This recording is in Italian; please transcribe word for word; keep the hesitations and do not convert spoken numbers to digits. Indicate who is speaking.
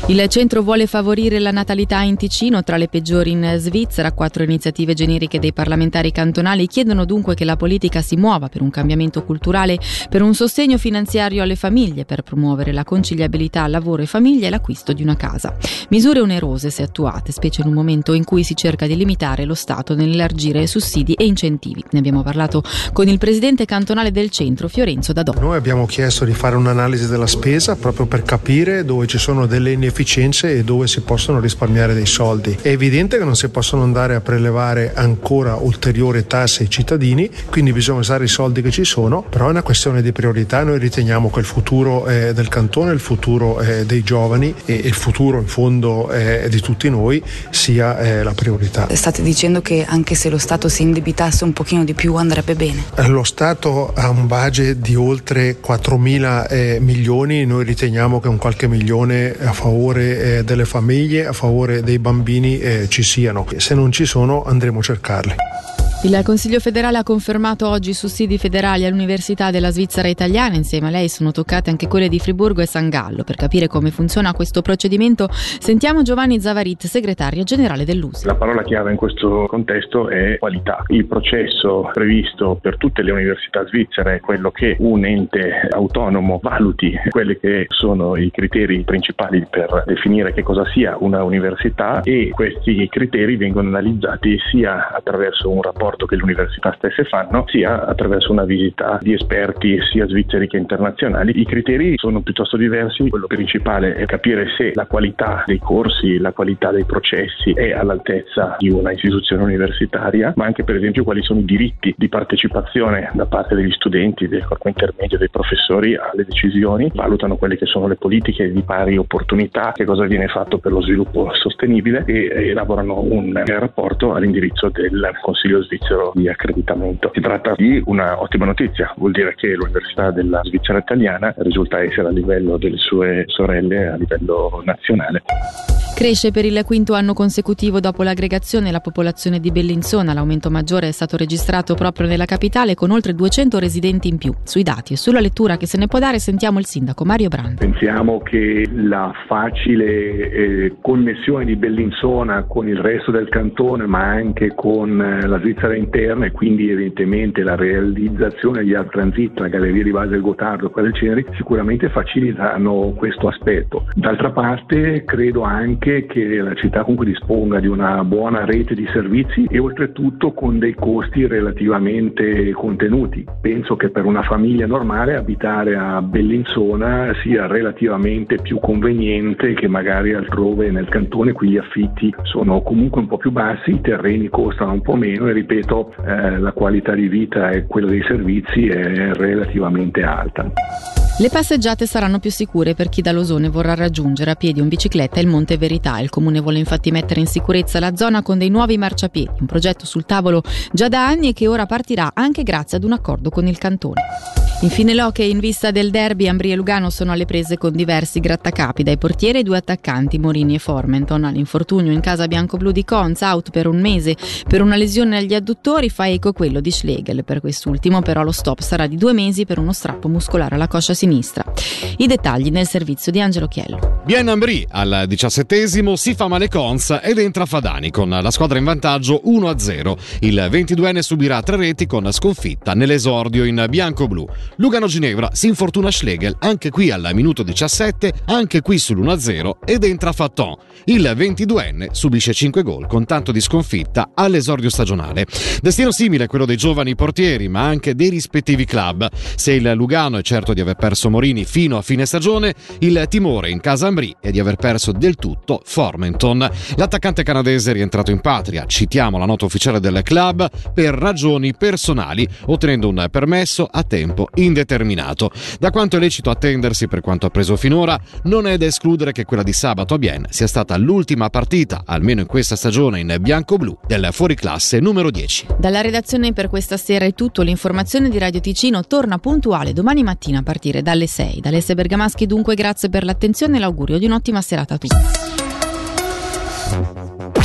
Speaker 1: Il centro vuole favorire la natalità in Ticino, tra le peggiori in Svizzera. Quattro iniziative generiche dei parlamentari cantonali chiedono dunque che la politica si muova per un cambiamento culturale, per un sostegno finanziario alle famiglie, per promuovere la conciliabilità lavoro e famiglia e l'acquisto di una casa. Misure onerose se attuate, specie in un momento in cui si cerca di limitare lo Stato nell'elargire sussidi e incentivi. Ne abbiamo parlato con il presidente cantonale del centro, Fiorenzo Dadò.
Speaker 2: Noi abbiamo chiesto di fare un'analisi della spesa proprio per capire dove ci sono delle inefficienze e dove si possono risparmiare dei soldi. È evidente che non si possono andare a prelevare ancora ulteriori tasse ai cittadini, quindi bisogna usare i soldi che ci sono, però è una questione di priorità. Noi riteniamo che il futuro eh, del cantone, il futuro eh, dei giovani e il futuro in fondo eh, di tutti noi sia eh, la priorità.
Speaker 3: State dicendo che anche se lo Stato si indebitasse un pochino di più andrebbe bene?
Speaker 2: Lo Stato ha un budget di oltre quattromila eh, milioni, noi riteniamo che un qualche milione a favore eh, delle famiglie, a favore dei bambini eh, ci siano. Se non ci sono andremo a cercarli.
Speaker 1: Il Consiglio federale ha confermato oggi i sussidi federali all'Università della Svizzera Italiana. Insieme a lei sono toccate anche quelle di Friburgo e San Gallo. Per capire come funziona questo procedimento sentiamo Giovanni Zavarit, segretario generale dell'U S I.
Speaker 4: La parola chiave in questo contesto è qualità. Il processo previsto per tutte le università svizzere è quello che un ente autonomo valuti quelli che sono i criteri principali per definire che cosa sia una università, e questi criteri vengono analizzati sia attraverso un rapporto che le università stesse fanno, sia attraverso una visita di esperti sia svizzeri che internazionali. I criteri sono piuttosto diversi. Quello principale è capire se la qualità dei corsi, la qualità dei processi è all'altezza di una istituzione universitaria, ma anche per esempio quali sono i diritti di partecipazione da parte degli studenti, del corpo intermedio, dei professori alle decisioni. Valutano quelle che sono le politiche di pari opportunità, che cosa viene fatto per lo sviluppo sostenibile, e elaborano un rapporto all'indirizzo del Consiglio svizzero di accreditamento. Si tratta di una ottima notizia, vuol dire che l'Università della Svizzera Italiana risulta essere a livello delle sue sorelle a livello nazionale.
Speaker 1: Cresce per il quinto anno consecutivo dopo l'aggregazione la popolazione di Bellinzona. L'aumento maggiore è stato registrato proprio nella capitale, con oltre duecento residenti in più. Sui dati e sulla lettura che se ne può dare sentiamo il sindaco Mario Brand.
Speaker 5: Pensiamo che la facile eh, connessione di Bellinzona con il resto del cantone, ma anche con eh, la Svizzera interna, e quindi evidentemente la realizzazione di Art Transit, la galleria di base del Gotardo e quelle del genere, sicuramente facilitano questo aspetto. D'altra parte credo anche che la città comunque disponga di una buona rete di servizi e oltretutto con dei costi relativamente contenuti. Penso che per una famiglia normale abitare a Bellinzona sia relativamente più conveniente che magari altrove nel cantone. Qui gli affitti sono comunque un po' più bassi, i terreni costano un po' meno e ripeto eh, la qualità di vita e quella dei servizi è relativamente alta.
Speaker 1: Le passeggiate saranno più sicure per chi da Losone vorrà raggiungere a piedi o in bicicletta il Monte Verità. Il comune vuole infatti mettere in sicurezza la zona con dei nuovi marciapiedi, un progetto sul tavolo già da anni e che ora partirà anche grazie ad un accordo con il cantone. Infine l'hockey, in vista del derby Ambri e Lugano sono alle prese con diversi grattacapi, dai portieri ai due attaccanti Morini e Formenton. All'infortunio in casa bianco-blu di Cons, out per un mese per una lesione agli adduttori, fa eco quello di Schlegel. Per quest'ultimo però lo stop sarà di due mesi per uno strappo muscolare alla coscia sinistra. I dettagli nel servizio di Angelo Chiello.
Speaker 6: Bien Ambri al diciassettesimo si fa male Cons ed entra Fadani con la squadra in vantaggio uno a zero. Il ventiduenne subirà tre reti con sconfitta nell'esordio in bianco-blu. Lugano Ginevra si infortuna Schlegel anche qui al minuto diciassette, anche qui sull'uno a zero, ed entra Fatton. Il ventiduenne subisce cinque gol con tanto di sconfitta all'esordio stagionale. Destino simile a quello dei giovani portieri, ma anche dei rispettivi club. Se il Lugano è certo di aver perso Morini fino a fine stagione, il timore in casa Ambri è di aver perso del tutto Formenton. L'attaccante canadese è rientrato in patria, citiamo la nota ufficiale del club, per ragioni personali, ottenendo un permesso a tempo indeterminato. Da quanto è lecito attendersi per quanto ha preso finora, non è da escludere che quella di sabato a Bienne sia stata l'ultima partita, almeno in questa stagione in bianco-blu, del fuoriclasse numero dieci.
Speaker 1: Dalla redazione per questa sera è tutto. L'informazione di Radio Ticino torna puntuale domani mattina a partire dalle sei. Da Alessia Bergamaschi dunque grazie per l'attenzione e l'augurio di un'ottima serata a tutti.